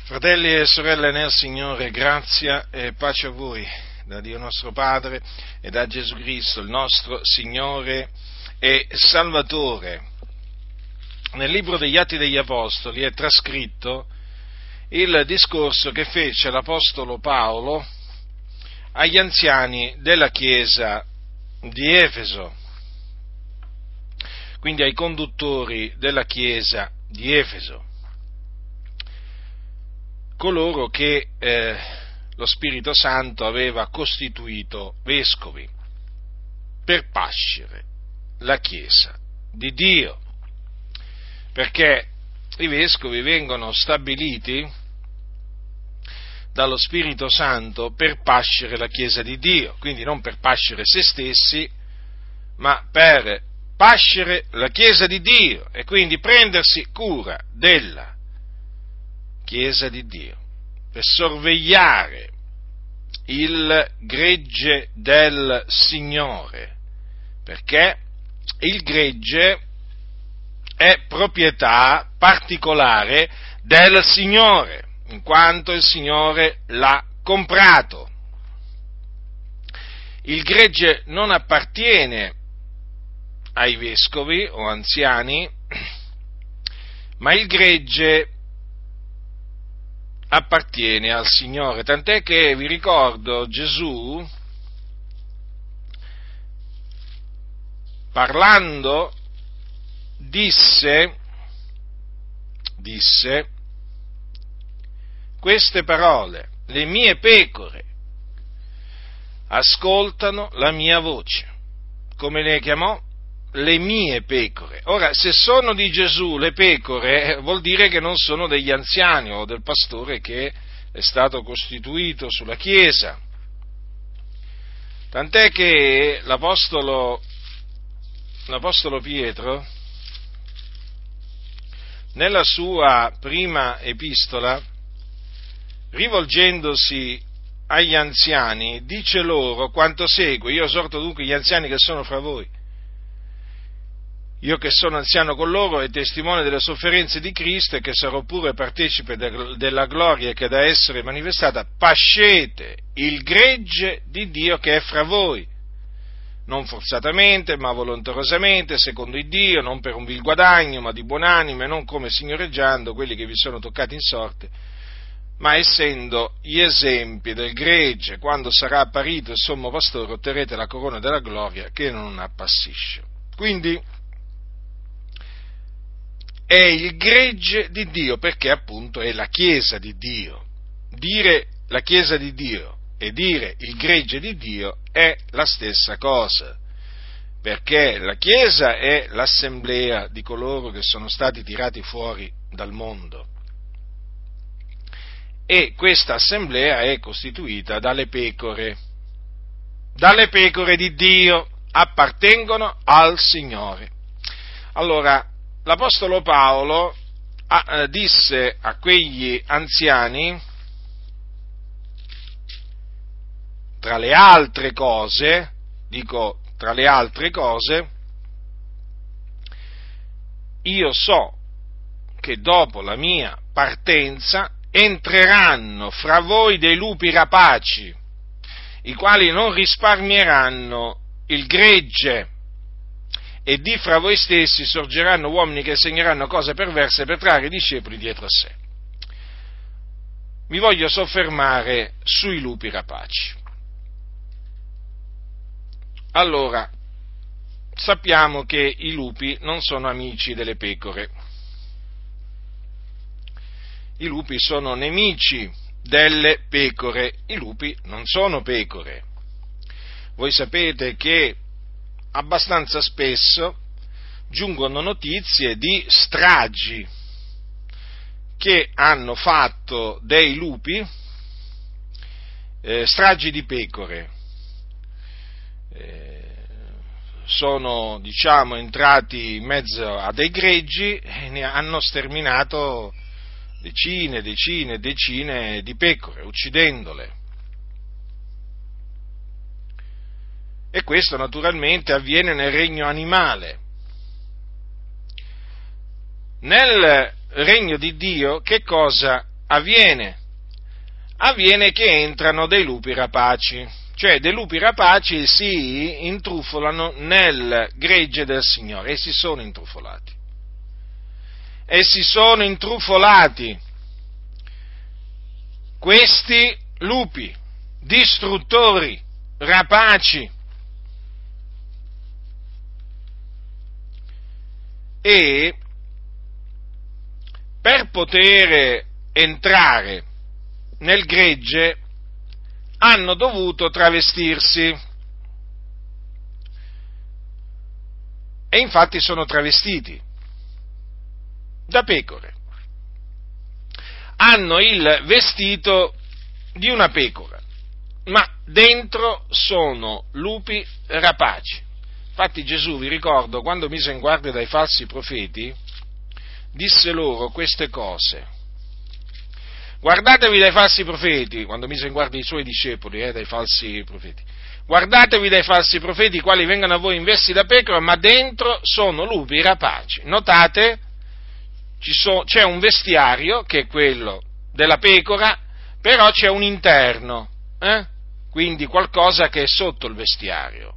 Fratelli e sorelle nel Signore, grazia e pace a voi, da Dio nostro Padre e da Gesù Cristo, il nostro Signore e Salvatore. Nel libro degli Atti degli Apostoli è trascritto il discorso che fece l'Apostolo Paolo agli anziani della Chiesa di Efeso, quindi ai conduttori della Chiesa di Efeso, coloro che lo Spirito Santo aveva costituito vescovi per pascere la Chiesa di Dio, perché i vescovi vengono stabiliti dallo Spirito Santo per pascere la Chiesa di Dio, quindi non per pascere se stessi, ma per pascere la Chiesa di Dio e quindi prendersi cura della Chiesa di Dio, per sorvegliare il gregge del Signore, perché il gregge è proprietà particolare del Signore, in quanto il Signore l'ha comprato. Il gregge non appartiene ai vescovi o anziani, ma il gregge appartiene al Signore, tant'è che vi ricordo Gesù, parlando, disse queste parole: le mie pecore ascoltano la mia voce. Come le chiamò? Le mie pecore. Ora, se sono di Gesù le pecore, vuol dire che non sono degli anziani o del pastore che è stato costituito sulla Chiesa. Tant'è che l'Apostolo Pietro, nella sua prima epistola, rivolgendosi agli anziani, dice loro quanto segue: io esorto dunque gli anziani che sono fra voi, io che sono anziano con loro e testimone delle sofferenze di Cristo e che sarò pure partecipe della gloria che è da essere manifestata, pascete il gregge di Dio che è fra voi, non forzatamente, ma volontarosamente, secondo il Dio, non per un vil guadagno, ma di buonanima, e non come signoreggiando quelli che vi sono toccati in sorte, ma essendo gli esempi del gregge. Quando sarà apparito il sommo pastore, otterrete la corona della gloria che non appassisce. Quindi è il gregge di Dio, perché appunto è la Chiesa di Dio. Dire la Chiesa di Dio e dire il gregge di Dio è la stessa cosa, perché la Chiesa è l'assemblea di coloro che sono stati tirati fuori dal mondo, e questa assemblea è costituita dalle pecore di Dio, appartengono al Signore. Allora, l'Apostolo Paolo disse a quegli anziani, tra le altre cose, io so che dopo la mia partenza entreranno fra voi dei lupi rapaci, i quali non risparmieranno il gregge, e di fra voi stessi sorgeranno uomini che insegneranno cose perverse per trarre i discepoli dietro a sé. Mi voglio soffermare sui lupi rapaci. Allora, sappiamo che i lupi non sono amici delle pecore. I lupi sono nemici delle pecore. I lupi non sono pecore. Voi sapete che abbastanza spesso giungono notizie di stragi che hanno fatto dei lupi, stragi di pecore. Sono, entrati in mezzo a dei greggi e ne hanno sterminato decine di pecore, uccidendole. E questo naturalmente avviene nel regno animale. Nel regno di Dio che cosa avviene? Avviene che entrano dei lupi rapaci, cioè dei lupi rapaci si intrufolano nel gregge del Signore, e si sono intrufolati. Questi lupi, distruttori, rapaci, e per poter entrare nel gregge hanno dovuto travestirsi, e infatti sono travestiti da pecore. Hanno il vestito di una pecora, ma dentro sono lupi rapaci. Infatti Gesù, vi ricordo, quando mise in guardia dai falsi profeti, disse loro queste cose: guardatevi dai falsi profeti, quando mise in guardia i suoi discepoli dai falsi profeti, guardatevi dai falsi profeti, i quali vengono a voi in vesti da pecora, ma dentro sono lupi rapaci. Notate, c'è un vestiario, che è quello della pecora, però c'è un interno, quindi qualcosa che è sotto il vestiario.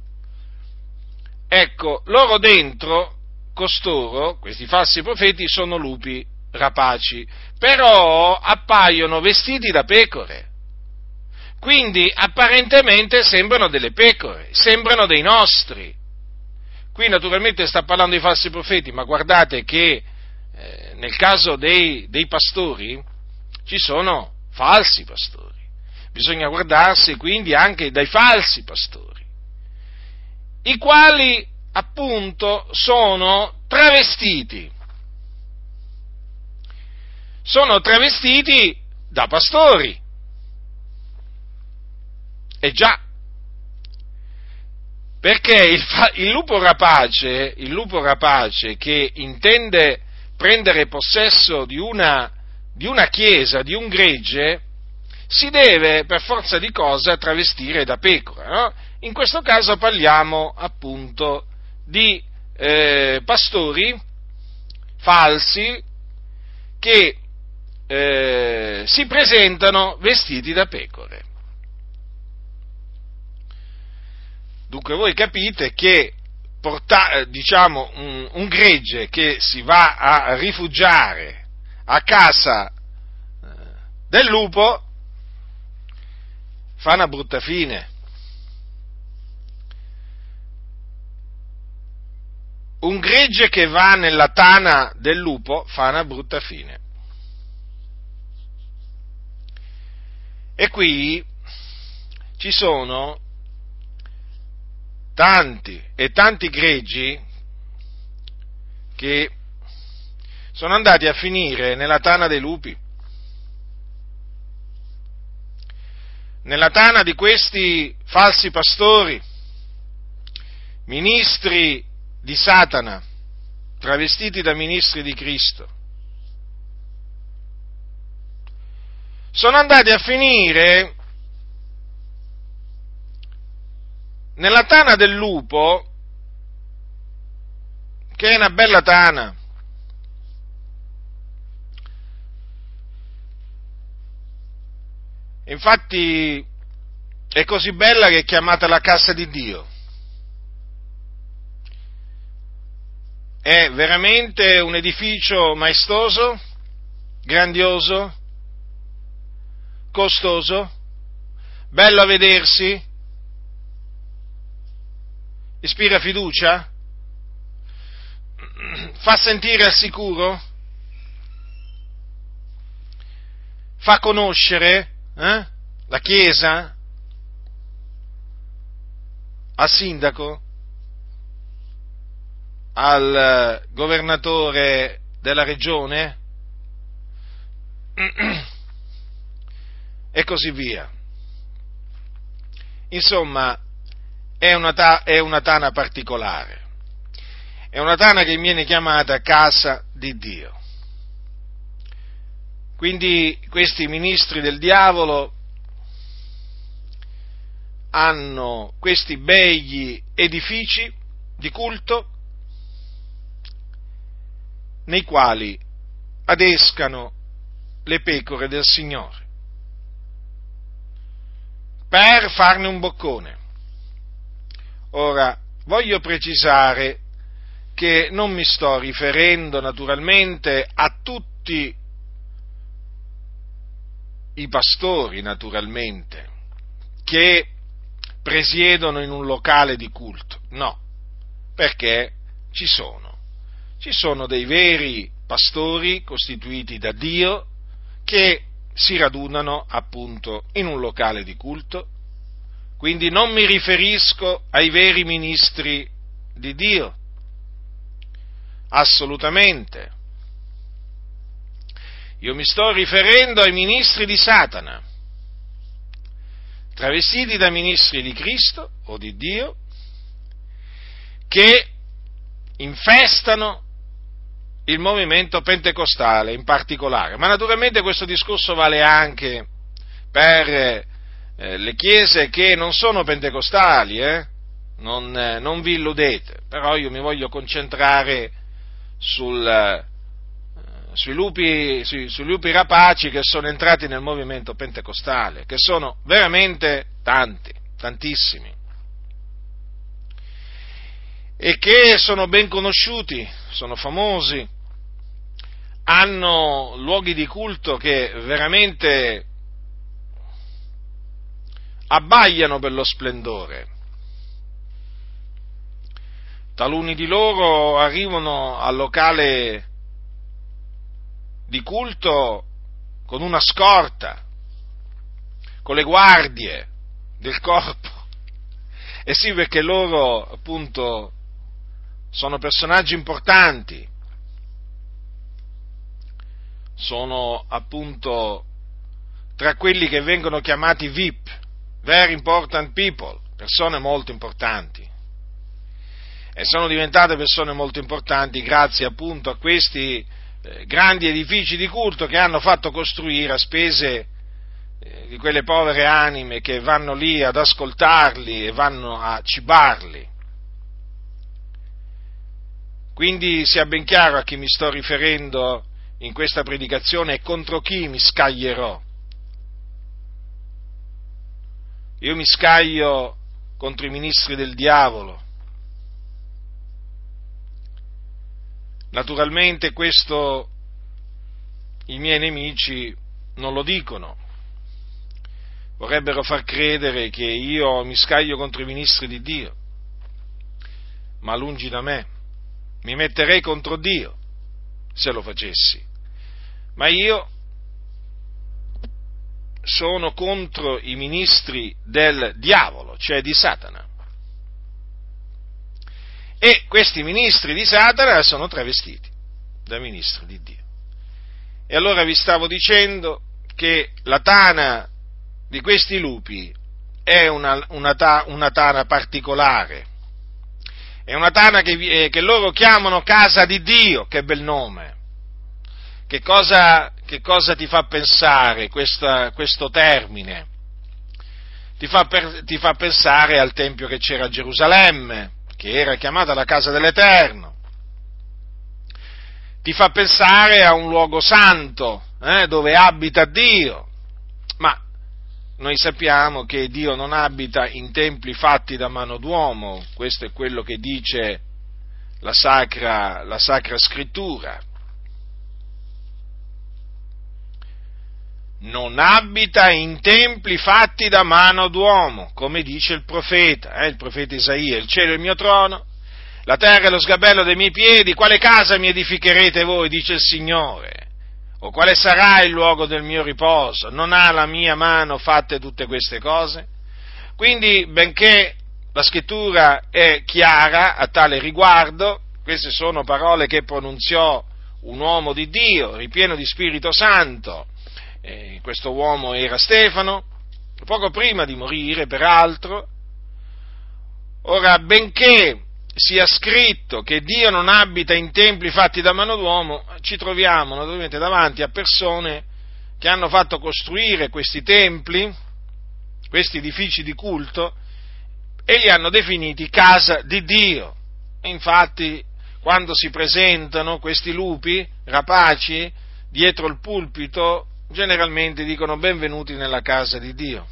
Ecco, loro dentro, costoro, questi falsi profeti, sono lupi rapaci, però appaiono vestiti da pecore, quindi apparentemente sembrano delle pecore, sembrano dei nostri. Qui naturalmente sta parlando di falsi profeti, ma guardate che nel caso dei pastori ci sono falsi pastori, bisogna guardarsi quindi anche dai falsi pastori, i quali appunto sono travestiti da pastori. E già, perché il lupo rapace che intende prendere possesso di una chiesa, di un gregge, si deve per forza di cosa travestire da pecora, no? In questo caso parliamo appunto di pastori falsi che si presentano vestiti da pecore. Dunque voi capite che un gregge che si va a rifugiare a casa del lupo fa una brutta fine. Un gregge che va nella tana del lupo fa una brutta fine. E qui ci sono tanti greggi che sono andati a finire nella tana dei lupi, nella tana di questi falsi pastori, ministri di Satana, travestiti da ministri di Cristo. Sono andati a finire nella tana del lupo, che è una bella tana. Infatti è così bella che è chiamata la casa di Dio. È veramente un edificio maestoso, grandioso, costoso, bello a vedersi, ispira fiducia, fa sentire al sicuro, fa conoscere la Chiesa al sindaco, al governatore della regione e così via. Insomma, è una tana particolare, è una tana che viene chiamata casa di Dio. Quindi questi ministri del diavolo hanno questi begli edifici di culto nei quali adescano le pecore del Signore, per farne un boccone. Ora, voglio precisare che non mi sto riferendo naturalmente a tutti i pastori, naturalmente, che presiedono in un locale di culto, no, perché ci sono dei veri pastori costituiti da Dio che si radunano appunto in un locale di culto, quindi non mi riferisco ai veri ministri di Dio, assolutamente. Io mi sto riferendo ai ministri di Satana, travestiti da ministri di Cristo o di Dio, che infestano il movimento pentecostale in particolare. Ma naturalmente questo discorso vale anche per le chiese che non sono pentecostali, non vi illudete, però io mi voglio concentrare sui lupi rapaci che sono entrati nel movimento pentecostale, che sono veramente tanti, tantissimi, e che sono ben conosciuti, sono famosi, hanno luoghi di culto che veramente abbagliano per lo splendore. Taluni di loro arrivano al locale di culto con una scorta, con le guardie del corpo. E sì, perché loro appunto sono personaggi importanti, sono appunto tra quelli che vengono chiamati VIP, Very Important People, persone molto importanti. E sono diventate persone molto importanti grazie appunto a questi grandi edifici di culto che hanno fatto costruire a spese di quelle povere anime che vanno lì ad ascoltarli e vanno a cibarli. Quindi sia ben chiaro a chi mi sto riferendo in questa predicazione e contro chi mi scaglierò. Io mi scaglio contro i ministri del diavolo. Naturalmente questo i miei nemici non lo dicono, vorrebbero far credere che io mi scaglio contro i ministri di Dio, ma lungi da me, mi metterei contro Dio se lo facessi, ma io sono contro i ministri del diavolo, cioè di Satana. E questi ministri di Satana sono travestiti da ministri di Dio. E allora vi stavo dicendo che la tana di questi lupi è una tana particolare, è una tana che loro chiamano casa di Dio, che bel nome. Che cosa ti fa pensare questo termine? Ti fa pensare al Tempio che c'era a Gerusalemme, che era chiamata la casa dell'Eterno, ti fa pensare a un luogo santo, dove abita Dio, ma noi sappiamo che Dio non abita in templi fatti da mano d'uomo, questo è quello che dice la Sacra Scrittura. Non abita in templi fatti da mano d'uomo, come dice il profeta Isaia: il cielo è il mio trono, la terra è lo sgabello dei miei piedi, quale casa mi edificherete voi, dice il Signore, o quale sarà il luogo del mio riposo? Non ha la mia mano fatte tutte queste cose? Quindi, benché la scrittura è chiara a tale riguardo, queste sono parole che pronunziò un uomo di Dio, ripieno di Spirito Santo. Questo uomo era Stefano, poco prima di morire, peraltro. Ora, benché sia scritto che Dio non abita in templi fatti da mano d'uomo, ci troviamo naturalmente davanti a persone che hanno fatto costruire questi templi, questi edifici di culto, e li hanno definiti casa di Dio. E infatti, quando si presentano questi lupi rapaci dietro il pulpito generalmente dicono benvenuti nella casa di Dio.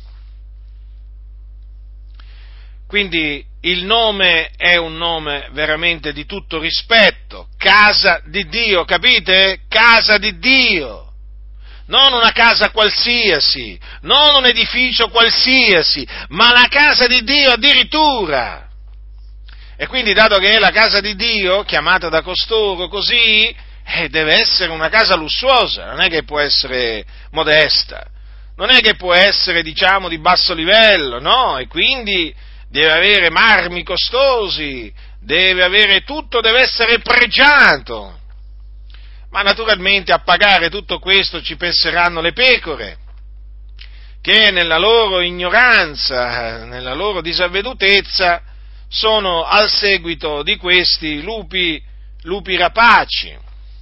Quindi il nome è un nome veramente di tutto rispetto, casa di Dio, capite? Casa di Dio, non una casa qualsiasi, non un edificio qualsiasi, ma la casa di Dio addirittura. E quindi, dato che è la casa di Dio, chiamata da costoro così, deve essere una casa lussuosa, non è che può essere modesta, non è che può essere, diciamo, di basso livello, no? E quindi deve avere marmi costosi, tutto deve essere pregiato. Ma naturalmente a pagare tutto questo ci penseranno le pecore, che nella loro ignoranza, nella loro disavvedutezza, sono al seguito di questi lupi rapaci.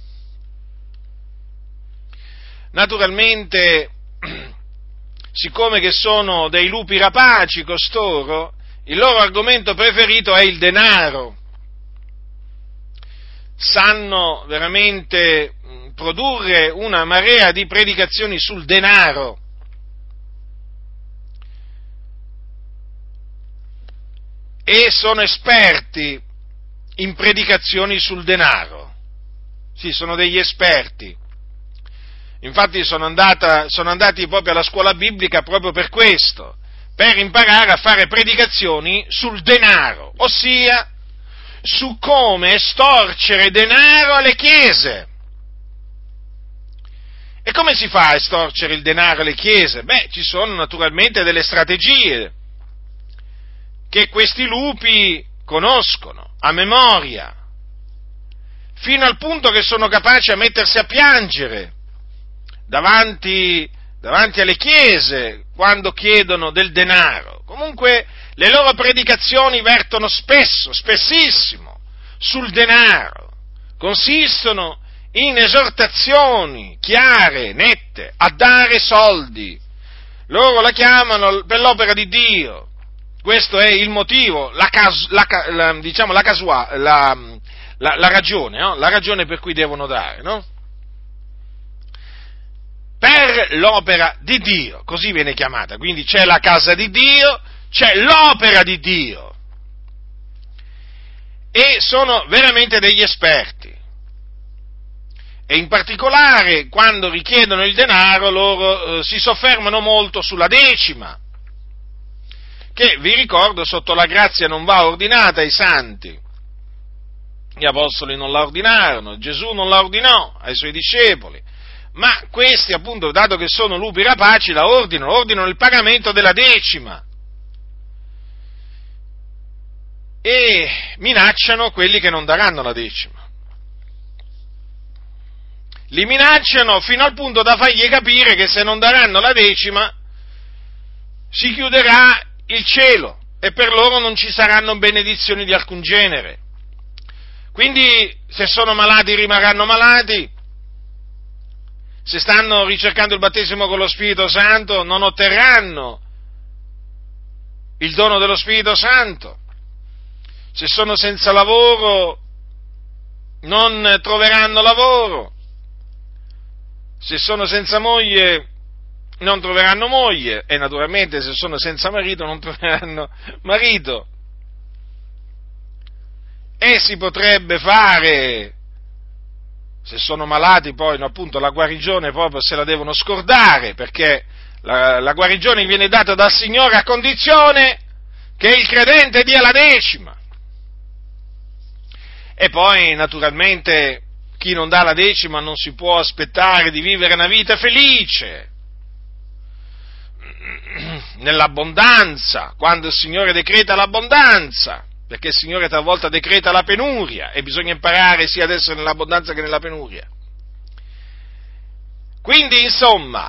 Naturalmente, siccome che sono dei lupi rapaci costoro, il loro argomento preferito è il denaro. Sanno veramente produrre una marea di predicazioni sul denaro. E sono esperti in predicazioni sul denaro. Sì, sono degli esperti. Infatti sono andati proprio alla scuola biblica proprio per questo, per imparare a fare predicazioni sul denaro, ossia su come estorcere denaro alle chiese. E come si fa a estorcere il denaro alle chiese? Beh, ci sono naturalmente delle strategie che questi lupi conoscono a memoria, fino al punto che sono capaci a mettersi a piangere davanti alle chiese quando chiedono del denaro. Comunque le loro predicazioni vertono spessissimo sul denaro, consistono in esortazioni chiare, nette, a dare soldi. Loro la chiamano per l'opera di Dio. Questo è il motivo, la ragione, no? La ragione per cui devono dare, no? Per l'opera di Dio, così viene chiamata. Quindi c'è la casa di Dio, c'è l'opera di Dio. E sono veramente degli esperti. E in particolare, quando richiedono il denaro, loro si soffermano molto sulla decima, che, vi ricordo, sotto la grazia non va ordinata ai santi. Gli apostoli non la ordinarono, Gesù non la ordinò ai suoi discepoli, ma questi, appunto, dato che sono lupi rapaci, la ordinano il pagamento della decima e minacciano quelli che non daranno la decima. Li minacciano fino al punto da fargli capire che se non daranno la decima si chiuderà il cielo e per loro non ci saranno benedizioni di alcun genere. Quindi, se sono malati rimarranno malati, se stanno ricercando il battesimo con lo Spirito Santo non otterranno il dono dello Spirito Santo, se sono senza lavoro non troveranno lavoro, se sono senza moglie non troveranno moglie e naturalmente se sono senza marito non troveranno marito. E si potrebbe fare, se sono malati poi, no, appunto, la guarigione proprio se la devono scordare, perché la guarigione viene data dal Signore a condizione che il credente dia la decima. E poi, naturalmente, chi non dà la decima non si può aspettare di vivere una vita felice, nell'abbondanza, quando il Signore decreta l'abbondanza, perché il Signore talvolta decreta la penuria e bisogna imparare sia ad essere nell'abbondanza che nella penuria. Quindi, insomma,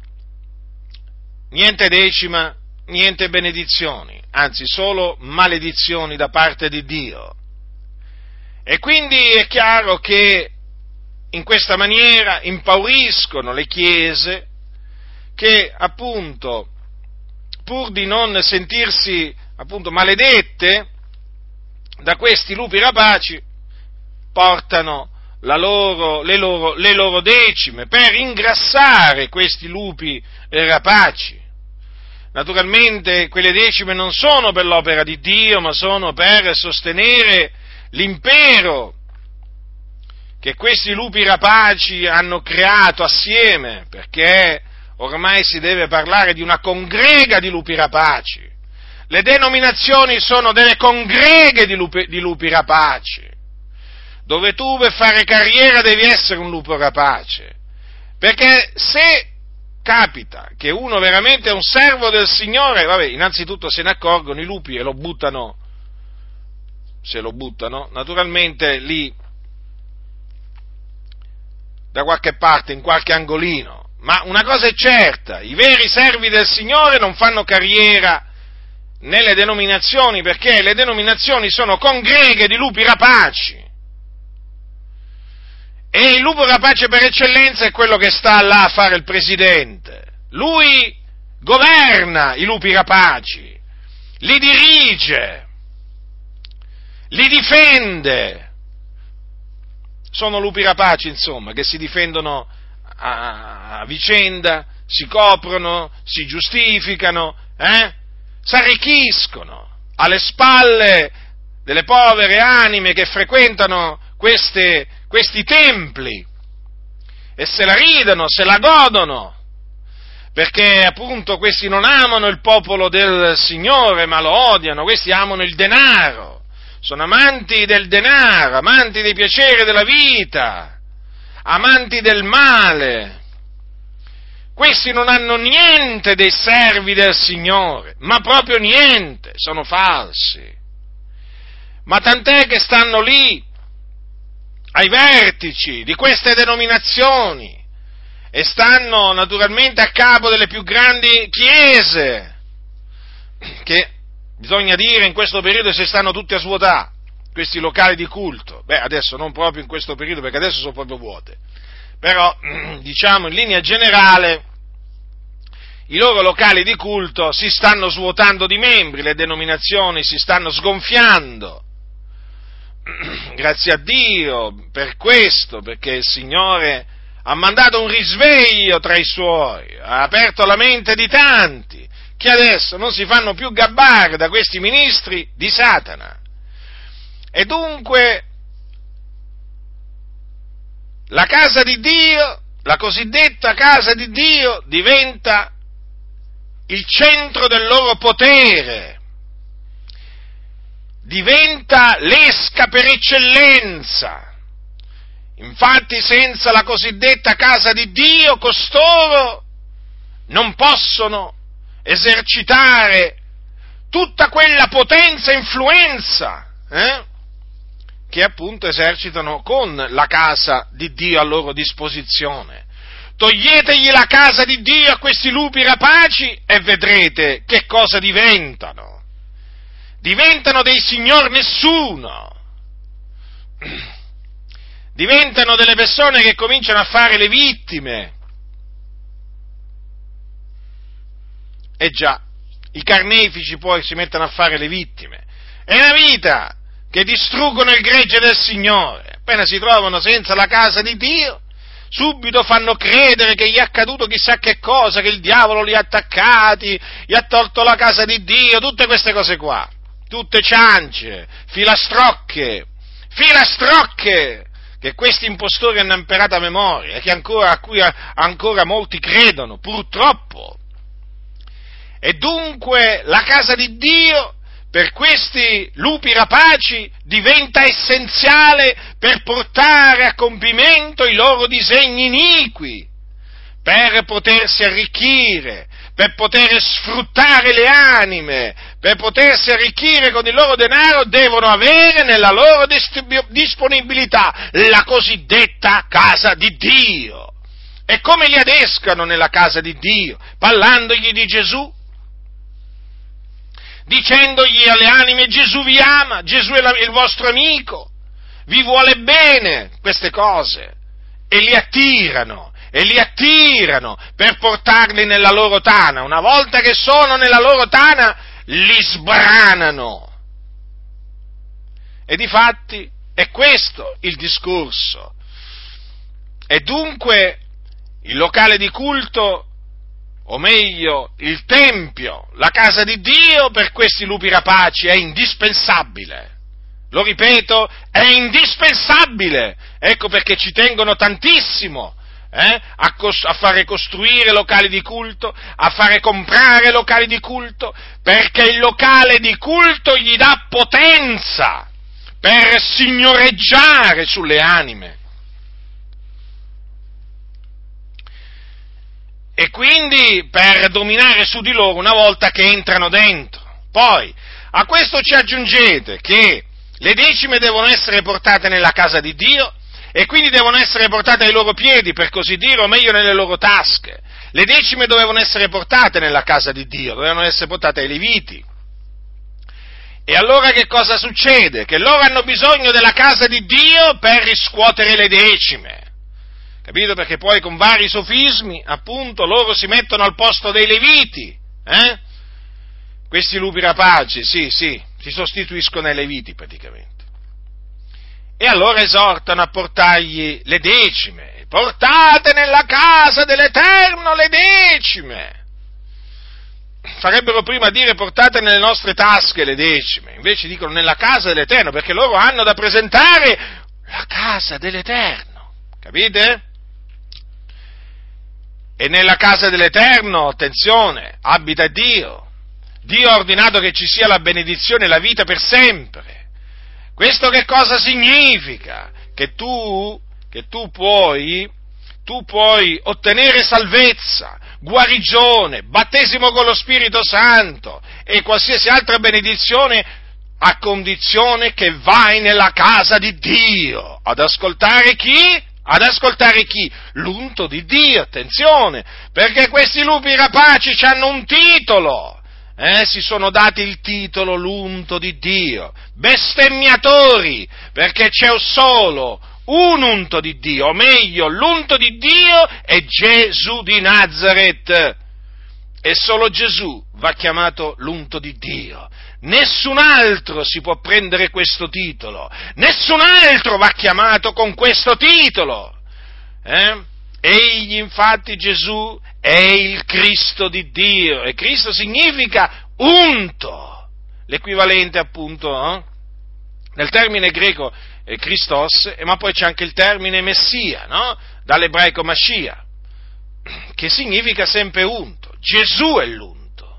niente decima, niente benedizioni, anzi solo maledizioni da parte di Dio. E quindi è chiaro che in questa maniera impauriscono le chiese che, appunto, pur di non sentirsi, appunto, maledette da questi lupi rapaci, portano le loro decime, per ingrassare questi lupi rapaci. Naturalmente quelle decime non sono per l'opera di Dio, ma sono per sostenere l'impero che questi lupi rapaci hanno creato assieme, perché ormai si deve parlare di una congrega di lupi rapaci. Le denominazioni sono delle congreghe di lupi rapaci, dove tu per fare carriera devi essere un lupo rapace, perché se capita che uno veramente è un servo del Signore, vabbè, innanzitutto se ne accorgono i lupi e lo buttano, se lo buttano, naturalmente lì da qualche parte, in qualche angolino, ma una cosa è certa, i veri servi del Signore non fanno carriera nelle denominazioni, perché le denominazioni sono congreghe di lupi rapaci, e il lupo rapace per eccellenza è quello che sta là a fare il presidente. Lui governa i lupi rapaci, li dirige, li difende. Sono lupi rapaci, insomma, che si difendono a vicenda, si coprono, si giustificano, s'arricchiscono alle spalle delle povere anime che frequentano questi templi e se la ridono, se la godono, perché appunto questi non amano il popolo del Signore, ma lo odiano, questi amano il denaro, sono amanti del denaro, amanti dei piaceri della vita, amanti del male. Questi non hanno niente dei servi del Signore, ma proprio niente, sono falsi. Ma tant'è che stanno lì, ai vertici di queste denominazioni, e stanno naturalmente a capo delle più grandi chiese, che bisogna dire in questo periodo si stanno tutti a svuotare, questi locali di culto. Beh, adesso non proprio in questo periodo, perché adesso sono proprio vuote, però diciamo in linea generale i loro locali di culto si stanno svuotando di membri, le denominazioni si stanno sgonfiando. Grazie a Dio per questo, perché il Signore ha mandato un risveglio tra i Suoi, ha aperto la mente di tanti, che adesso non si fanno più gabbare da questi ministri di Satana. E dunque la casa di Dio, la cosiddetta casa di Dio, diventa il centro del loro potere, diventa l'esca per eccellenza. Infatti senza la cosiddetta casa di Dio costoro non possono esercitare tutta quella potenza e influenza che appunto esercitano con la casa di Dio a loro disposizione. Toglietegli la casa di Dio a questi lupi rapaci e vedrete che cosa diventano. Diventano dei signor nessuno, diventano delle persone che cominciano a fare le vittime. E già, i carnefici poi si mettono a fare le vittime. È una vita che distruggono il gregge del Signore. Appena si trovano senza la casa di Dio, subito fanno credere che gli è accaduto chissà che cosa, che il diavolo li ha attaccati, gli ha tolto la casa di Dio, tutte queste cose qua. Tutte ciance, filastrocche, che questi impostori hanno imparato a memoria e a cui ancora molti credono, purtroppo. E dunque la casa di Dio per questi lupi rapaci diventa essenziale per portare a compimento i loro disegni iniqui, per potersi arricchire, per poter sfruttare le anime, per potersi arricchire con il loro denaro, devono avere nella loro disponibilità la cosiddetta casa di Dio. E come li adescano nella casa di Dio? Parlandogli di Gesù, dicendogli alle anime: Gesù vi ama, Gesù è il vostro amico, vi vuole bene, queste cose, e li attirano per portarli nella loro tana. Una volta che sono nella loro tana, li sbranano. E difatti è questo il discorso E dunque il locale di culto, o meglio, il tempio, la casa di Dio, per questi lupi rapaci è indispensabile. Lo ripeto, è indispensabile. Ecco perché ci tengono tantissimo a fare costruire locali di culto, a fare comprare locali di culto, perché il locale di culto gli dà potenza per signoreggiare sulle anime. E quindi per dominare su di loro una volta che entrano dentro. Poi, a questo ci aggiungete che le decime devono essere portate nella casa di Dio e quindi devono essere portate ai loro piedi, per così dire, o meglio nelle loro tasche. Le decime dovevano essere portate nella casa di Dio, dovevano essere portate ai Leviti. E allora che cosa succede? Che loro hanno bisogno della casa di Dio per riscuotere le decime. Capito? Perché poi con vari sofismi, appunto, loro si mettono al posto dei Leviti, Questi lupi rapaci, sì, si sostituiscono ai Leviti praticamente. E allora esortano a portargli le decime. Portate nella casa dell'Eterno le decime. Farebbero prima dire portate nelle nostre tasche le decime, invece dicono nella casa dell'Eterno, perché loro hanno da presentare la casa dell'Eterno. Capite? E nella casa dell'Eterno, attenzione, abita Dio. Dio ha ordinato che ci sia la benedizione e la vita per sempre. Questo che cosa significa? Che tu puoi ottenere salvezza, guarigione, battesimo con lo Spirito Santo e qualsiasi altra benedizione a condizione che vai nella casa di Dio. Ad ascoltare chi? Ad ascoltare chi? L'unto di Dio, attenzione, perché questi lupi rapaci hanno un titolo, si sono dati il titolo l'unto di Dio, bestemmiatori, perché c'è solo un unto di Dio, o meglio, l'unto di Dio è Gesù di Nazaret, e solo Gesù va chiamato l'unto di Dio. Nessun altro si può prendere questo titolo, nessun altro va chiamato con questo titolo. Egli infatti Gesù è il Cristo di Dio, e Cristo significa unto, l'equivalente appunto nel termine greco è Christos, ma poi c'è anche il termine Messia, no? Dall'ebraico Mashiach, che significa sempre unto. Gesù è l'unto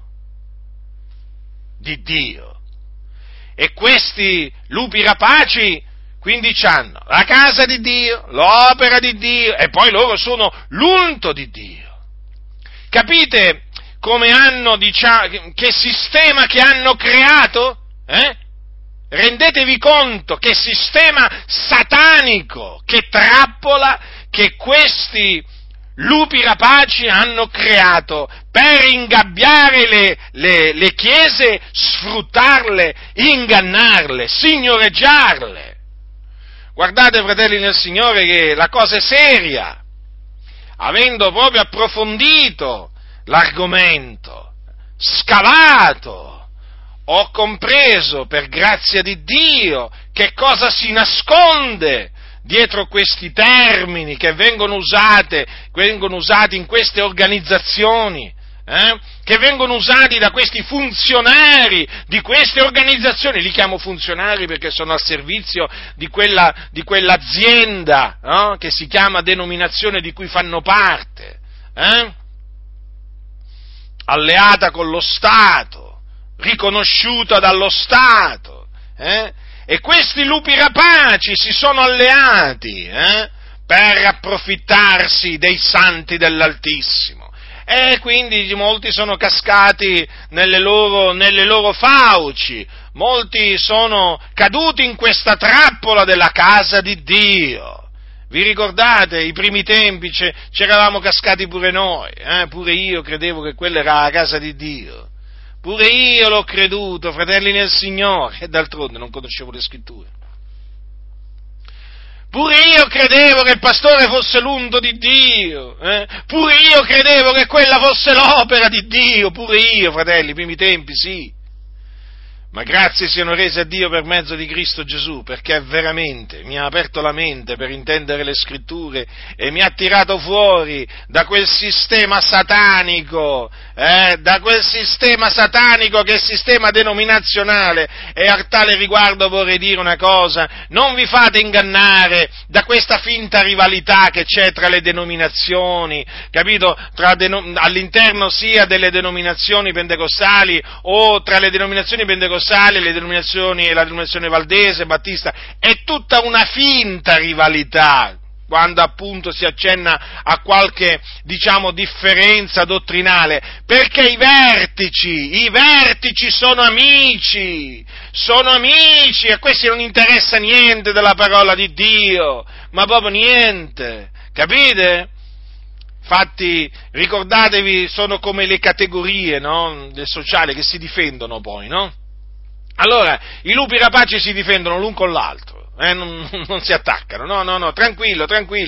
di Dio. E questi lupi rapaci quindi c'hanno la casa di Dio, l'opera di Dio, e poi loro sono l'unto di Dio. Capite come hanno, che sistema che hanno creato? Rendetevi conto che sistema satanico, che trappola che questi lupi rapaci hanno creato per ingabbiare le chiese, sfruttarle, ingannarle, signoreggiarle. Guardate, fratelli nel Signore, che la cosa è seria. Avendo proprio approfondito l'argomento, scavato, ho compreso, per grazia di Dio, che cosa si nasconde dietro questi termini che vengono usati in queste organizzazioni, che vengono usati da questi funzionari di queste organizzazioni. Li chiamo funzionari perché sono al servizio di quell'azienda, che si chiama denominazione di cui fanno parte, alleata con lo Stato, riconosciuta dallo Stato, e questi lupi rapaci si sono alleati per approfittarsi dei santi dell'Altissimo, e quindi molti sono cascati nelle loro fauci, molti sono caduti in questa trappola della casa di Dio. Vi ricordate, i primi tempi c'eravamo cascati pure noi, pure io credevo che quella era la casa di Dio. Pure io l'ho creduto, fratelli nel Signore, e d'altronde non conoscevo le scritture. Pure io credevo che il pastore fosse l'unto di Dio, pure io credevo che quella fosse l'opera di Dio, pure io, fratelli, i primi tempi, sì. Ma grazie siano rese a Dio per mezzo di Cristo Gesù, perché veramente mi ha aperto la mente per intendere le Scritture e mi ha tirato fuori da quel sistema satanico, che è il sistema denominazionale. E a tale riguardo vorrei dire una cosa: non vi fate ingannare da questa finta rivalità che c'è tra le denominazioni, capito? All'interno sia delle denominazioni pentecostali o tra le denominazioni pentecostali e la denominazione valdese, battista. È tutta una finta rivalità, quando appunto si accenna a qualche, differenza dottrinale, perché i vertici sono amici, e a questi non interessa niente della parola di Dio, ma proprio niente, capite? Infatti, ricordatevi, sono come le categorie, no, del sociale che si difendono poi, no? Allora, i lupi rapaci si difendono l'un con l'altro, non si attaccano, no, tranquillo,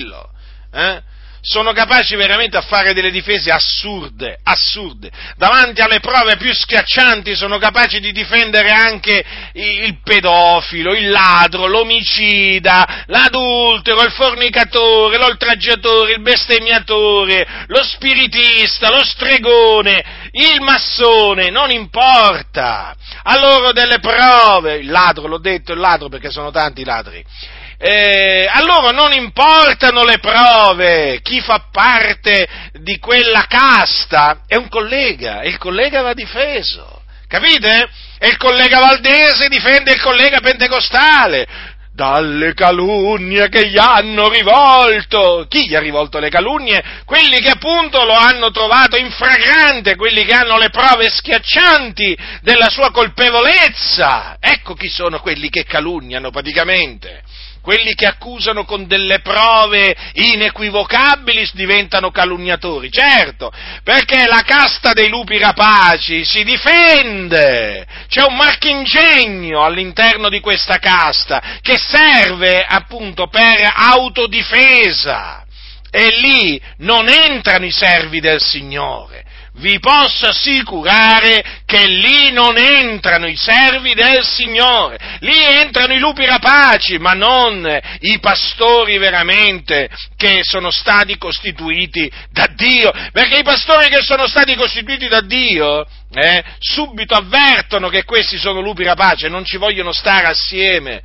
sono capaci veramente a fare delle difese assurde, davanti alle prove più schiaccianti sono capaci di difendere anche il pedofilo, il ladro, l'omicida, l'adultero, il fornicatore, l'oltraggiatore, il bestemmiatore, lo spiritista, lo stregone, il massone, non importa, a loro delle prove, il ladro, l'ho detto, il ladro perché sono tanti i ladri, a loro non importano le prove, chi fa parte di quella casta è un collega, e il collega va difeso, capite? E il collega valdese difende il collega pentecostale dalle calunnie che gli hanno rivolto. Chi gli ha rivolto le calunnie? Quelli che appunto lo hanno trovato in fragrante, quelli che hanno le prove schiaccianti della sua colpevolezza. Ecco chi sono quelli che calunniano praticamente. Quelli che accusano con delle prove inequivocabili diventano calunniatori, certo, perché la casta dei lupi rapaci si difende, c'è un marchingegno all'interno di questa casta che serve appunto per autodifesa, e lì non entrano i servi del Signore. Vi posso assicurare che lì non entrano i servi del Signore, lì entrano i lupi rapaci, ma non i pastori veramente che sono stati costituiti da Dio, perché i pastori che sono stati costituiti da Dio subito avvertono che questi sono lupi rapaci e non ci vogliono stare assieme,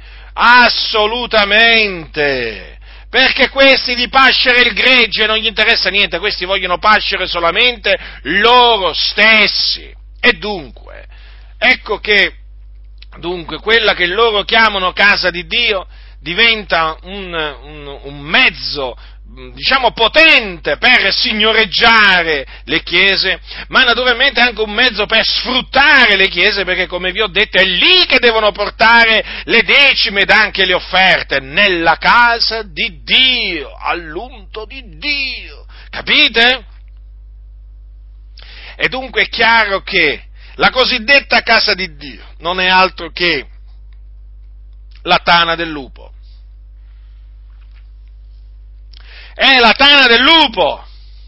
assolutamente. Perché questi di pascere il gregge non gli interessa niente, questi vogliono pascere solamente loro stessi. E dunque, ecco che quella che loro chiamano casa di Dio diventa un mezzo, potente per signoreggiare le chiese, ma naturalmente anche un mezzo per sfruttare le chiese, perché come vi ho detto è lì che devono portare le decime ed anche le offerte, nella casa di Dio, all'unto di Dio, capite? E dunque è chiaro che la cosiddetta casa di Dio non è altro che la tana del lupo. È la tana del lupo!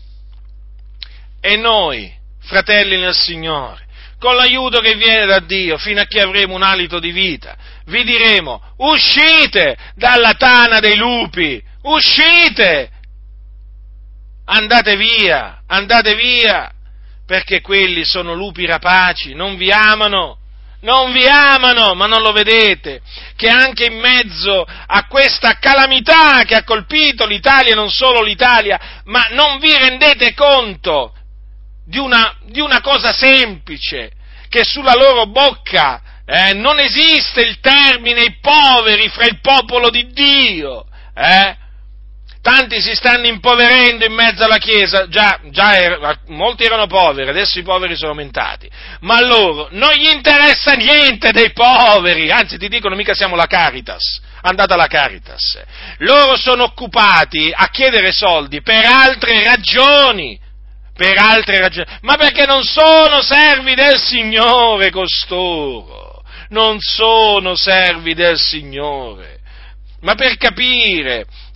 E noi, fratelli nel Signore, con l'aiuto che viene da Dio, fino a che avremo un alito di vita, vi diremo: uscite dalla tana dei lupi, uscite! Andate via, perché quelli sono lupi rapaci, non vi amano, ma non lo vedete, che anche in mezzo a questa calamità che ha colpito l'Italia, non solo l'Italia, ma non vi rendete conto di una cosa semplice, che sulla loro bocca non esiste il termine i poveri fra il popolo di Dio, Tanti si stanno impoverendo in mezzo alla Chiesa, molti erano poveri, adesso i poveri sono aumentati, ma a loro non gli interessa niente dei poveri, anzi ti dicono: mica siamo la Caritas, andate alla Caritas. Loro sono occupati a chiedere soldi per altre ragioni, ma perché non sono servi del Signore costoro, non sono servi del Signore. Ma per capire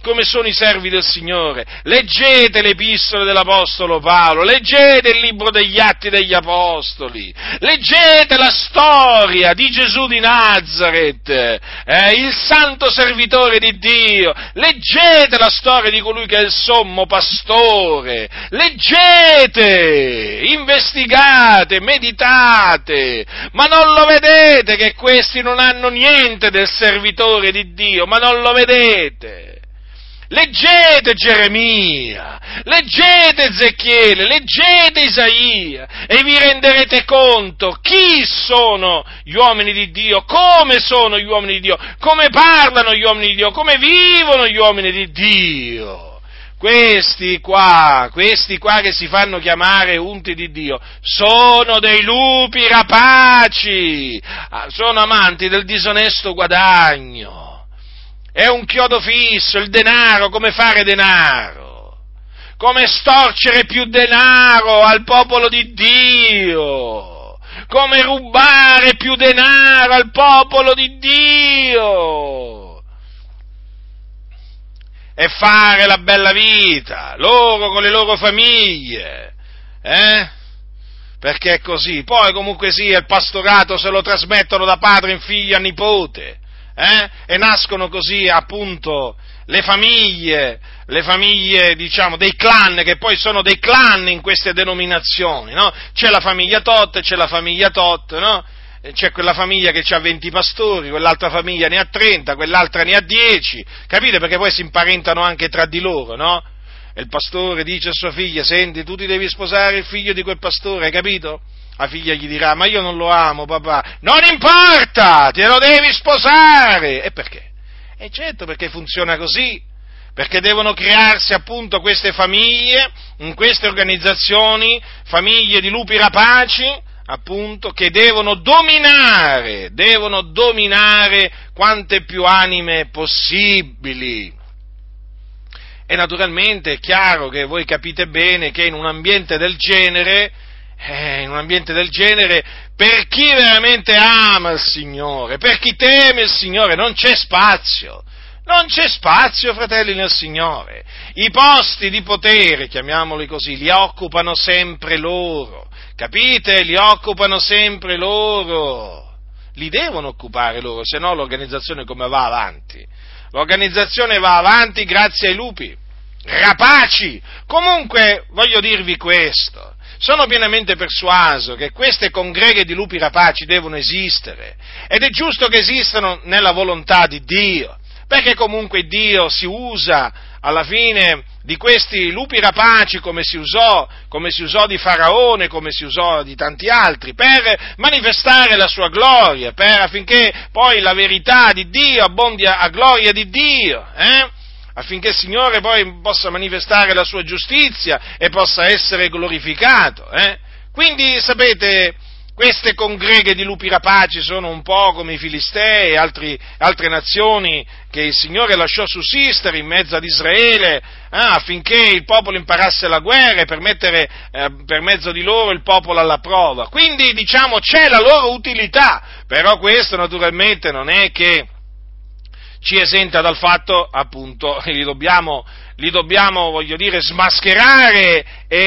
come sono i servi del Signore. Leggete le epistole dell'Apostolo Paolo, leggete il libro degli Atti degli Apostoli, leggete la storia di Gesù di Nazaret, il santo servitore di Dio, leggete la storia di colui che è il sommo pastore, leggete, investigate, meditate, ma non lo vedete che questi non hanno niente del servitore di Dio, ma non lo vedete? Leggete Geremia, leggete Ezechiele, leggete Isaia e vi renderete conto chi sono gli uomini di Dio, come sono gli uomini di Dio, come parlano gli uomini di Dio, come vivono gli uomini di Dio. Questi qua che si fanno chiamare unti di Dio, sono dei lupi rapaci, sono amanti del disonesto guadagno. È un chiodo fisso, il denaro, come fare denaro, come storcere più denaro al popolo di Dio, come rubare più denaro al popolo di Dio, e fare la bella vita, loro con le loro famiglie, Perché è così, poi comunque sia il pastorato se lo trasmettono da padre in figlio a nipote, e nascono così appunto le famiglie diciamo dei clan, che poi sono dei clan in queste denominazioni, no? C'è la famiglia Tot, c'è la famiglia Tot, no? C'è quella famiglia che ha 20 pastori, quell'altra famiglia ne ha 30, quell'altra ne ha 10, capite? Perché poi si imparentano anche tra di loro, no? E il pastore dice a sua figlia: senti, tu ti devi sposare il figlio di quel pastore, hai capito? La figlia gli dirà: ma io non lo amo, papà. Non importa, te lo devi sposare. E perché? E certo, perché funziona così, perché devono crearsi appunto queste famiglie, in queste organizzazioni, famiglie di lupi rapaci, appunto, che devono dominare quante più anime possibili. E naturalmente è chiaro che voi capite bene che in un ambiente del genere, per chi veramente ama il Signore, per chi teme il Signore, non c'è spazio, fratelli nel Signore. I posti di potere, chiamiamoli così, li occupano sempre loro, capite? Li occupano sempre loro, li devono occupare loro, se no l'organizzazione come va avanti? L'organizzazione va avanti grazie ai lupi rapaci. Comunque, voglio dirvi questo: sono pienamente persuaso che queste congreghe di lupi rapaci devono esistere, ed è giusto che esistano nella volontà di Dio, perché comunque Dio si usa alla fine di questi lupi rapaci come si usò di Faraone, come si usò di tanti altri, per manifestare la sua gloria, affinché poi la verità di Dio abbondi a gloria di Dio, affinché il Signore poi possa manifestare la sua giustizia e possa essere glorificato. Quindi, sapete, queste congreghe di lupi rapaci sono un po' come i Filistei e altre nazioni che il Signore lasciò sussistere in mezzo ad Israele, affinché il popolo imparasse la guerra e per mettere per mezzo di loro il popolo alla prova. Quindi, diciamo, c'è la loro utilità, però questo naturalmente non è che ci esenta dal fatto, appunto, li dobbiamo, voglio dire, smascherare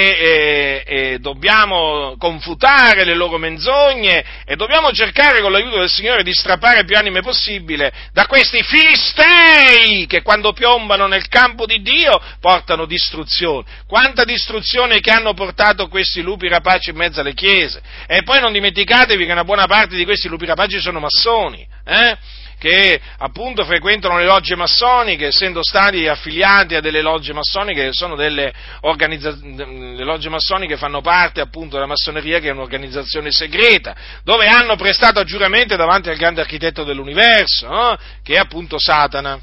e dobbiamo confutare le loro menzogne e dobbiamo cercare con l'aiuto del Signore di strappare più anime possibile da questi filistei che quando piombano nel campo di Dio portano distruzione. Quanta distruzione che hanno portato questi lupi rapaci in mezzo alle chiese. E poi non dimenticatevi che una buona parte di questi lupi rapaci sono massoni, che appunto frequentano le logge massoniche, essendo stati affiliati a delle logge massoniche che sono le logge massoniche fanno parte appunto della massoneria, che è un'organizzazione segreta, dove hanno prestato giuramento davanti al grande architetto dell'universo, che è appunto Satana.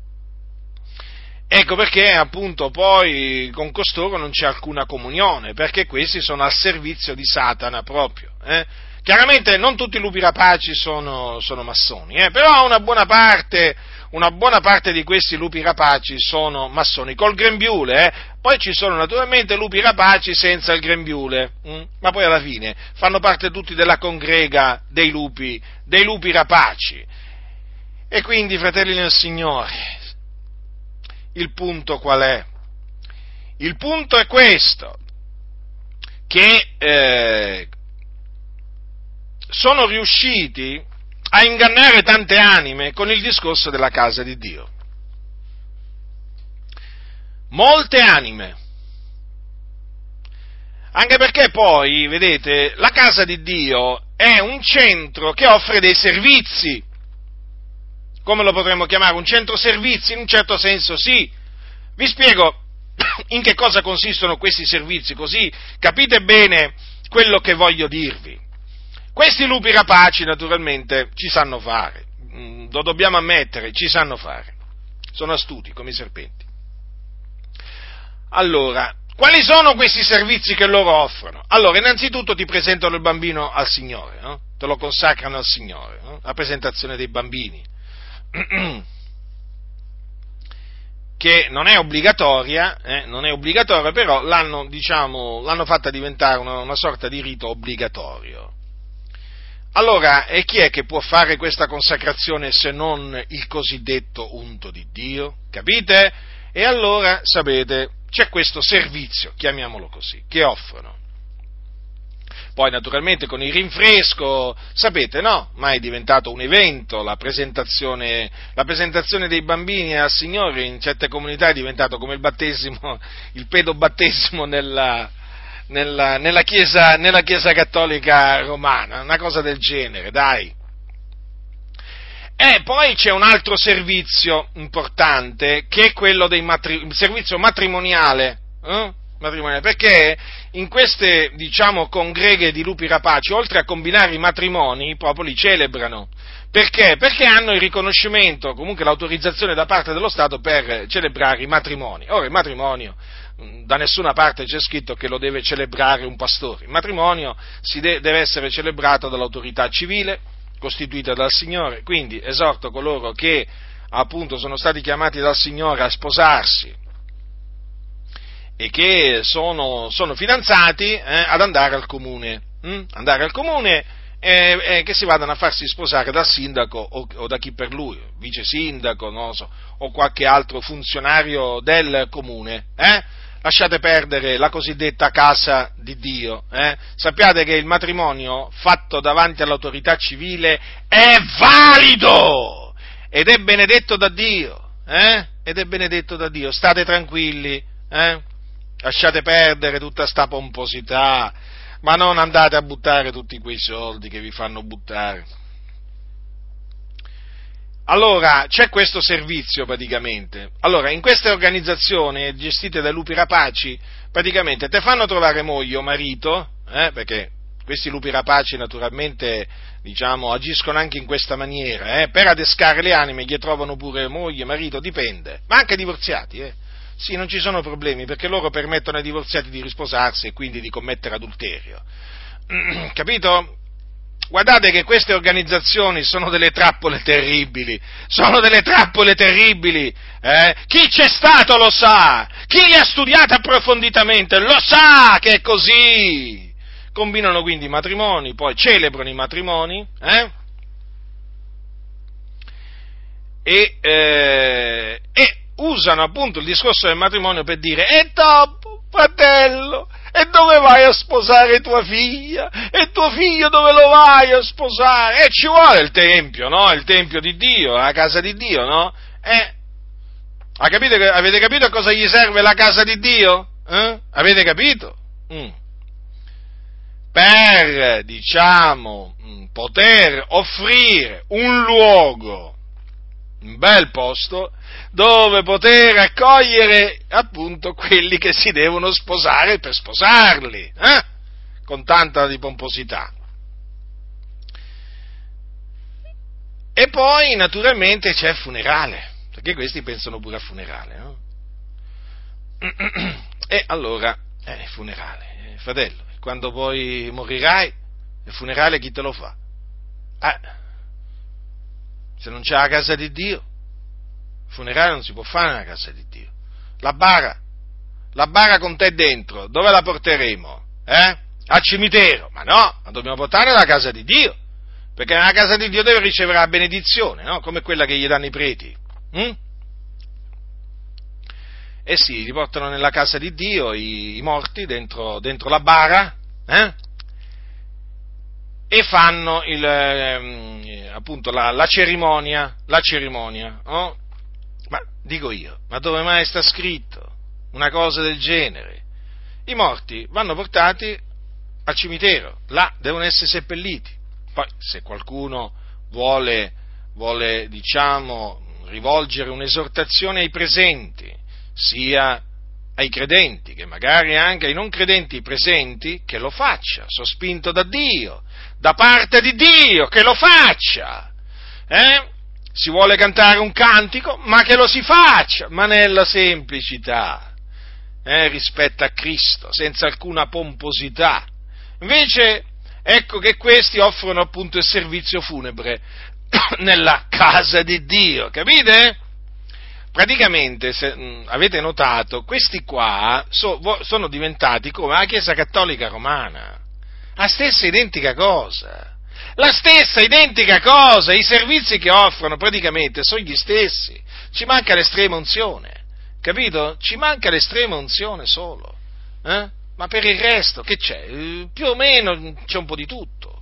Ecco perché appunto poi con costoro non c'è alcuna comunione, perché questi sono al servizio di Satana proprio, Chiaramente non tutti i lupi rapaci sono massoni, però una buona parte di questi lupi rapaci sono massoni, col grembiule, poi ci sono naturalmente lupi rapaci senza il grembiule, ma poi alla fine fanno parte tutti della congrega dei lupi rapaci. E quindi, fratelli nel Signore, il punto qual è? Il punto è questo, che sono riusciti a ingannare tante anime con il discorso della casa di Dio. Molte anime. Anche perché poi, vedete, la casa di Dio è un centro che offre dei servizi. Come lo potremmo chiamare? Un centro servizi? In un certo senso sì. Vi spiego in che cosa consistono questi servizi, così capite bene quello che voglio dirvi. Questi lupi rapaci naturalmente ci sanno fare, lo dobbiamo ammettere, ci sanno fare, sono astuti come i serpenti. Allora, quali sono questi servizi che loro offrono? Allora, innanzitutto ti presentano il bambino al Signore, no? Te lo consacrano al Signore, no? La presentazione dei bambini, che non è obbligatoria, però l'hanno fatta diventare una sorta di rito obbligatorio. Allora, e chi è che può fare questa consacrazione se non il cosiddetto unto di Dio? Capite? E allora, sapete, c'è questo servizio, chiamiamolo così, che offrono. Poi naturalmente con il rinfresco, sapete, no? Ma è diventato un evento, la presentazione dei bambini al Signore in certe comunità è diventato come il battesimo, il pedobattesimo nella Chiesa cattolica romana, una cosa del genere, dai. E poi c'è un altro servizio importante, che è quello il servizio matrimoniale, perché in queste, congreghe di lupi rapaci, oltre a combinare i matrimoni, proprio li celebrano. Perché? Perché hanno il riconoscimento, comunque l'autorizzazione da parte dello Stato per celebrare i matrimoni. Ora, il matrimonio, da nessuna parte c'è scritto che lo deve celebrare un pastore. Il matrimonio deve essere celebrato dall'autorità civile, costituita dal Signore, quindi esorto coloro che appunto sono stati chiamati dal Signore a sposarsi e che sono fidanzati ad andare al comune, che si vadano a farsi sposare dal sindaco o da chi per lui, vice sindaco, non so, o qualche altro funzionario del comune, Lasciate perdere la cosiddetta casa di Dio, Sappiate che il matrimonio fatto davanti all'autorità civile è valido ed è benedetto da Dio, state tranquilli, Lasciate perdere tutta sta pomposità, ma non andate a buttare tutti quei soldi che vi fanno buttare. Allora, c'è questo servizio praticamente. Allora, in queste organizzazioni gestite dai lupi rapaci, praticamente te fanno trovare moglie o marito, perché questi lupi rapaci naturalmente, agiscono anche in questa maniera, per adescare le anime gli trovano pure moglie, marito, dipende, ma anche divorziati, Sì, non ci sono problemi, perché loro permettono ai divorziati di risposarsi e quindi di commettere adulterio. Capito? Guardate che queste organizzazioni sono delle trappole terribili, Chi c'è stato lo sa, chi le ha studiate approfonditamente lo sa che è così. Combinano quindi i matrimoni, poi celebrano i matrimoni, e usano appunto il discorso del matrimonio per dire: e dopo, fratello, e dove vai a sposare tua figlia? E tuo figlio dove lo vai a sposare? E ci vuole il tempio, no? Il tempio di Dio, la casa di Dio, no? Avete capito a cosa gli serve la casa di Dio? Avete capito? Per, poter offrire un luogo, un bel posto, dove poter accogliere appunto quelli che si devono sposare per sposarli, con tanta di pomposità. E poi naturalmente c'è il funerale, perché questi pensano pure al funerale, no? E allora, il funerale, fratello, quando poi morirai, il funerale chi te lo fa? Se non c'è la casa di Dio, il funerale non si può fare nella casa di Dio. La bara con te dentro, dove la porteremo? Al cimitero? Ma no, la dobbiamo portare nella casa di Dio, perché nella casa di Dio deve ricevere la benedizione, no? Come quella che gli danno i preti. Eh sì, li portano nella casa di Dio, i morti, dentro la bara, e fanno appunto la cerimonia, oh? Ma dico io, ma dove mai sta scritto una cosa del genere? I morti vanno portati al cimitero, là devono essere seppelliti. Poi, se qualcuno vuole diciamo, rivolgere un'esortazione ai presenti, sia ai credenti, che magari anche ai non credenti presenti, che lo faccia, sospinto da Dio, da parte di Dio, che lo faccia. Si vuole cantare un cantico, ma che lo si faccia, ma nella semplicità, rispetto a Cristo, senza alcuna pomposità. Invece, ecco che questi offrono appunto il servizio funebre nella casa di Dio, capite? Praticamente, se avete notato, questi qua sono diventati come la Chiesa Cattolica Romana, la stessa identica cosa, i servizi che offrono praticamente sono gli stessi, ci manca l'estrema unzione, capito? Ci manca l'estrema unzione solo, ma per il resto che c'è? Più o meno c'è un po' di tutto,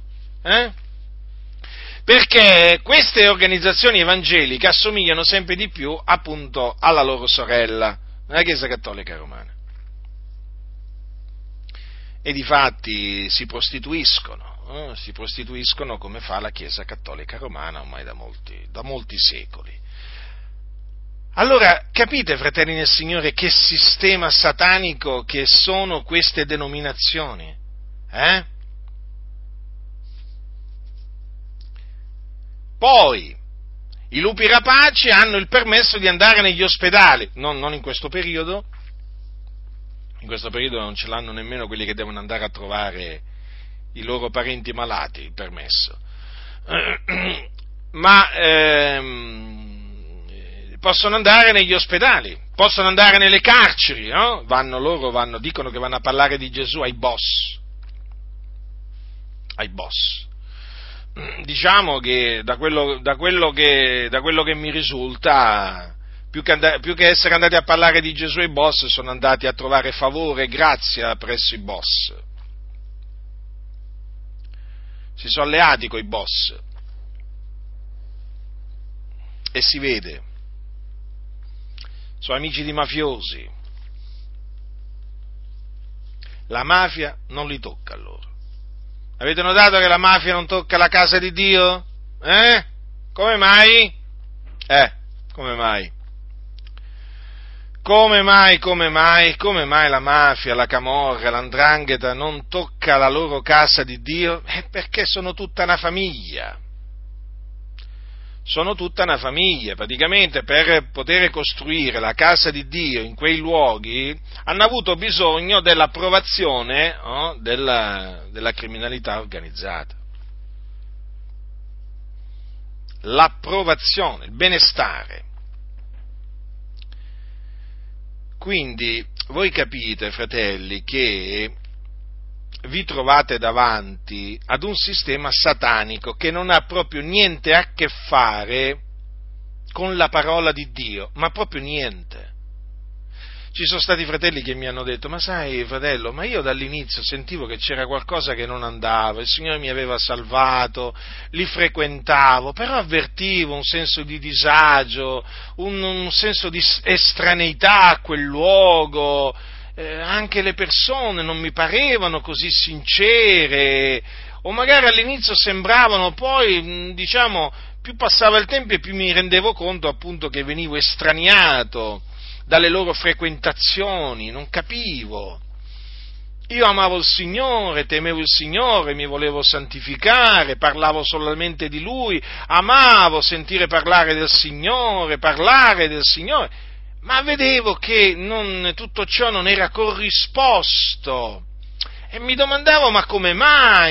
Perché queste organizzazioni evangeliche assomigliano sempre di più appunto alla loro sorella, la Chiesa Cattolica Romana. E difatti si prostituiscono come fa la Chiesa Cattolica Romana ormai da molti secoli. Allora, capite, fratelli nel Signore, che sistema satanico che sono queste denominazioni? Poi, i lupi rapaci hanno il permesso di andare negli ospedali, non in questo periodo non ce l'hanno nemmeno quelli che devono andare a trovare i loro parenti malati, il permesso, ma possono andare negli ospedali, possono andare nelle carceri, no? Dicono che vanno a parlare di Gesù ai boss. Diciamo che da quello che mi risulta, più che essere andati a parlare di Gesù ai boss, sono andati a trovare favore e grazia presso i boss. Si sono alleati coi boss. E si vede. Sono amici di mafiosi. La mafia non li tocca a loro. Avete notato che la mafia non tocca la casa di Dio? Come mai? Come mai? Come mai la mafia, la camorra, l''ndrangheta non tocca la loro casa di Dio? Perché sono tutta una famiglia. Praticamente per poter costruire la casa di Dio in quei luoghi hanno avuto bisogno dell'approvazione della criminalità organizzata. L'approvazione, il benestare. Quindi voi capite, fratelli, che vi trovate davanti ad un sistema satanico che non ha proprio niente a che fare con la parola di Dio, ma proprio niente. Ci sono stati fratelli che mi hanno detto: ma sai, fratello, ma io dall'inizio sentivo che c'era qualcosa che non andava, il Signore mi aveva salvato, li frequentavo, però avvertivo un senso di disagio, un senso di estraneità a quel luogo, anche le persone non mi parevano così sincere, o magari all'inizio sembravano, poi, più passava il tempo e più mi rendevo conto appunto che venivo estraniato dalle loro frequentazioni, non capivo. Io amavo il Signore, temevo il Signore, mi volevo santificare, parlavo solamente di Lui, amavo sentire parlare del Signore, ma vedevo che tutto ciò non era corrisposto. E mi domandavo: ma come mai?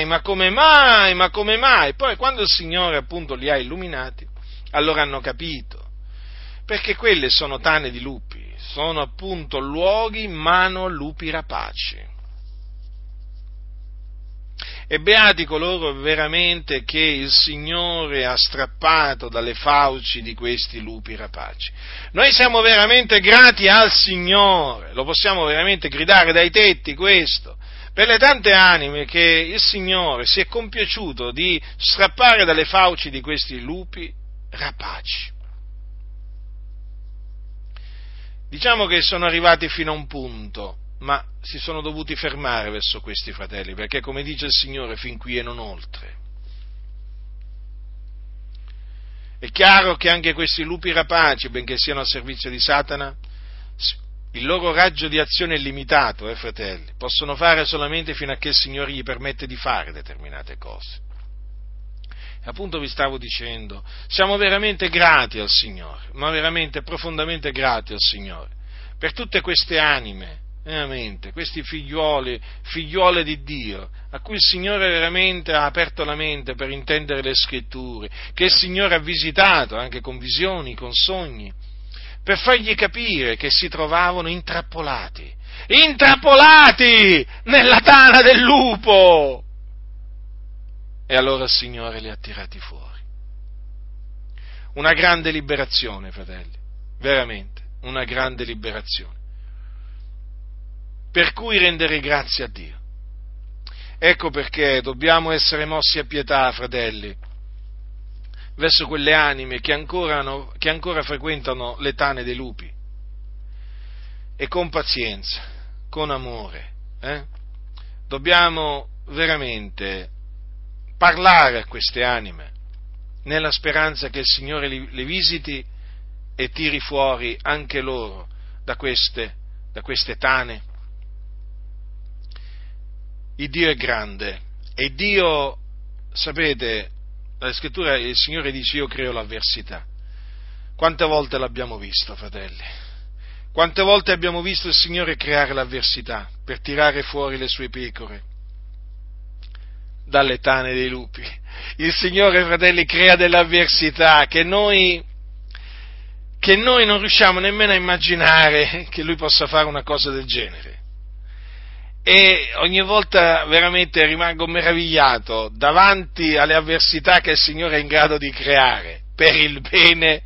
Poi quando il Signore appunto li ha illuminati, allora hanno capito. Perché quelle sono tane di lupi, sono appunto luoghi lupi rapaci. E beati coloro veramente che il Signore ha strappato dalle fauci di questi lupi rapaci. Noi siamo veramente grati al Signore, lo possiamo veramente gridare dai tetti questo, per le tante anime che il Signore si è compiaciuto di strappare dalle fauci di questi lupi rapaci. Diciamo che sono arrivati fino a un punto, ma si sono dovuti fermare verso questi fratelli, perché come dice il Signore, fin qui e non oltre. È chiaro che anche questi lupi rapaci, benché siano al servizio di Satana, il loro raggio di azione è limitato, fratelli, possono fare solamente fino a che il Signore gli permette di fare determinate cose. E appunto vi stavo dicendo, siamo veramente grati al Signore, ma veramente profondamente grati al Signore, per tutte queste anime, veramente, questi figliuole di Dio, a cui il Signore veramente ha aperto la mente per intendere le Scritture, che il Signore ha visitato anche con visioni, con sogni, per fargli capire che si trovavano intrappolati nella tana del lupo. E allora il Signore li ha tirati fuori. Una grande liberazione, fratelli, veramente, una grande liberazione. Per cui rendere grazie a Dio. Ecco perché dobbiamo essere mossi a pietà, fratelli, verso quelle anime che ancora frequentano le tane dei lupi. E con pazienza, con amore, dobbiamo veramente parlare a queste anime, nella speranza che il Signore le visiti e tiri fuori anche loro da queste tane. Il Dio è grande e Dio, sapete, la Scrittura, il Signore dice: io creo l'avversità. Quante volte l'abbiamo visto, fratelli? Quante volte abbiamo visto il Signore creare l'avversità per tirare fuori le sue pecore dalle tane dei lupi? Il Signore, fratelli, crea delle avversità che noi non riusciamo nemmeno a immaginare che Lui possa fare una cosa del genere. E ogni volta veramente rimango meravigliato davanti alle avversità che il Signore è in grado di creare per il bene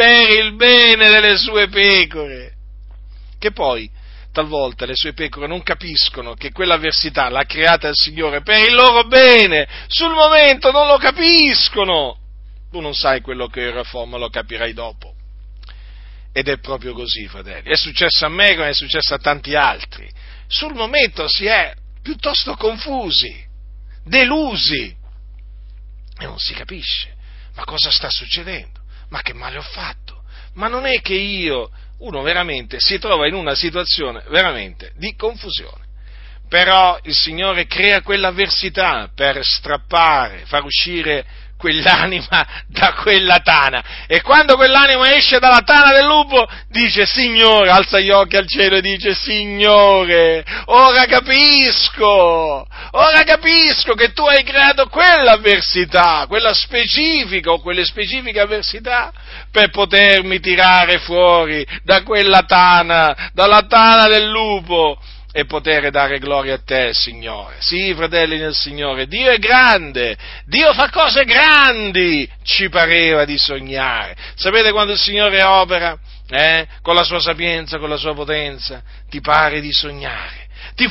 delle sue pecore, che poi talvolta le sue pecore non capiscono che quell'avversità l'ha creata il Signore per il loro bene, sul momento non lo capiscono. Tu non sai quello che ora fa, ma lo capirai dopo. Ed è proprio così, fratelli. È successo a me come è successo a tanti altri. Sul momento si è piuttosto confusi, delusi, e non si capisce. Ma cosa sta succedendo? Ma che male ho fatto? Ma non è che uno veramente si trova in una situazione veramente di confusione. Però il Signore crea quell'avversità per strappare, far uscire quell'anima da quella tana, e quando quell'anima esce dalla tana del lupo dice: Signore, alza gli occhi al cielo e dice: Signore, ora capisco che tu hai creato quell'avversità, quella specifica o quelle specifiche avversità per potermi tirare fuori da quella tana, dalla tana del lupo, e poter dare gloria a te, Signore. Sì, fratelli nel Signore, Dio è grande, Dio fa cose grandi, ci pareva di sognare. Sapete quando il Signore opera, con la sua sapienza, con la sua potenza, ti pare di sognare,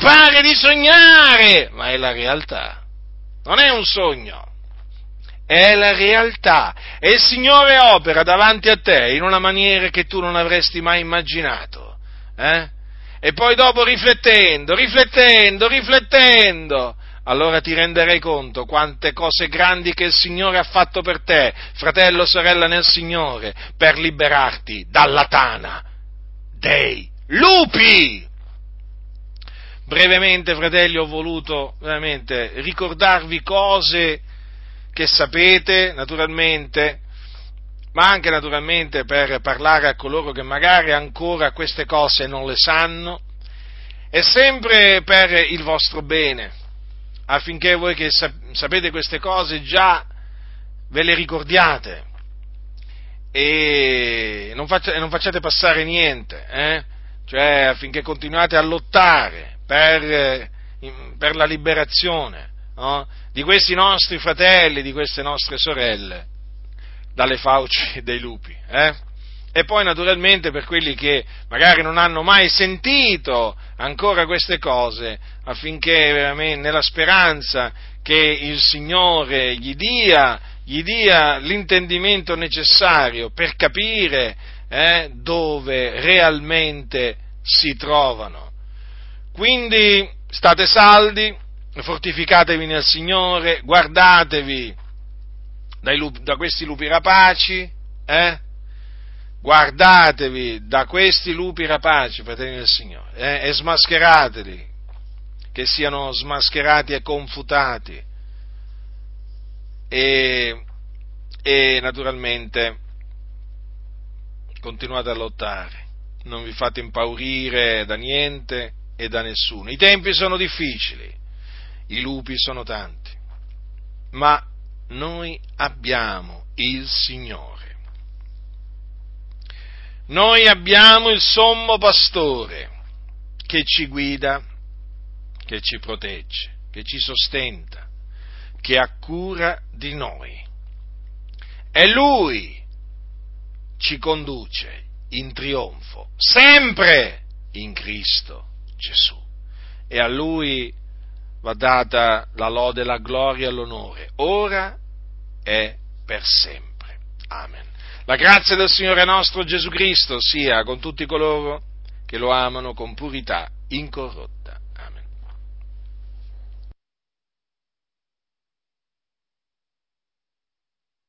ma è la realtà, non è un sogno. È la realtà, e il Signore opera davanti a te in una maniera che tu non avresti mai immaginato, E poi dopo riflettendo, allora ti renderai conto quante cose grandi che il Signore ha fatto per te, fratello, sorella nel Signore, per liberarti dalla tana dei lupi. Brevemente, fratelli, ho voluto veramente ricordarvi cose che sapete, naturalmente, ma anche naturalmente per parlare a coloro che magari ancora queste cose non le sanno, e sempre per il vostro bene, affinché voi che sapete queste cose già ve le ricordiate e non facciate passare niente, cioè affinché continuate a lottare per la liberazione no? Di questi nostri fratelli, di queste nostre sorelle, dalle fauci dei lupi, E poi naturalmente per quelli che magari non hanno mai sentito ancora queste cose, affinché veramente nella speranza che il Signore gli dia l'intendimento necessario per capire dove realmente si trovano. Quindi state saldi, fortificatevi nel Signore, guardatevi da questi lupi rapaci, Guardatevi da questi lupi rapaci, fratelli del Signore, e smascherateli, che siano smascherati e confutati, e naturalmente continuate a lottare, non vi fate impaurire da niente e da nessuno. I tempi sono difficili, i lupi sono tanti, ma noi abbiamo il Signore. Noi abbiamo il sommo pastore che ci guida, che ci protegge, che ci sostenta, che ha cura di noi. E Lui ci conduce in trionfo, sempre in Cristo Gesù. E a Lui va data la lode, la gloria e l'onore, ora e per sempre. Amen. La grazia del Signore nostro Gesù Cristo sia con tutti coloro che lo amano con purità incorrotta.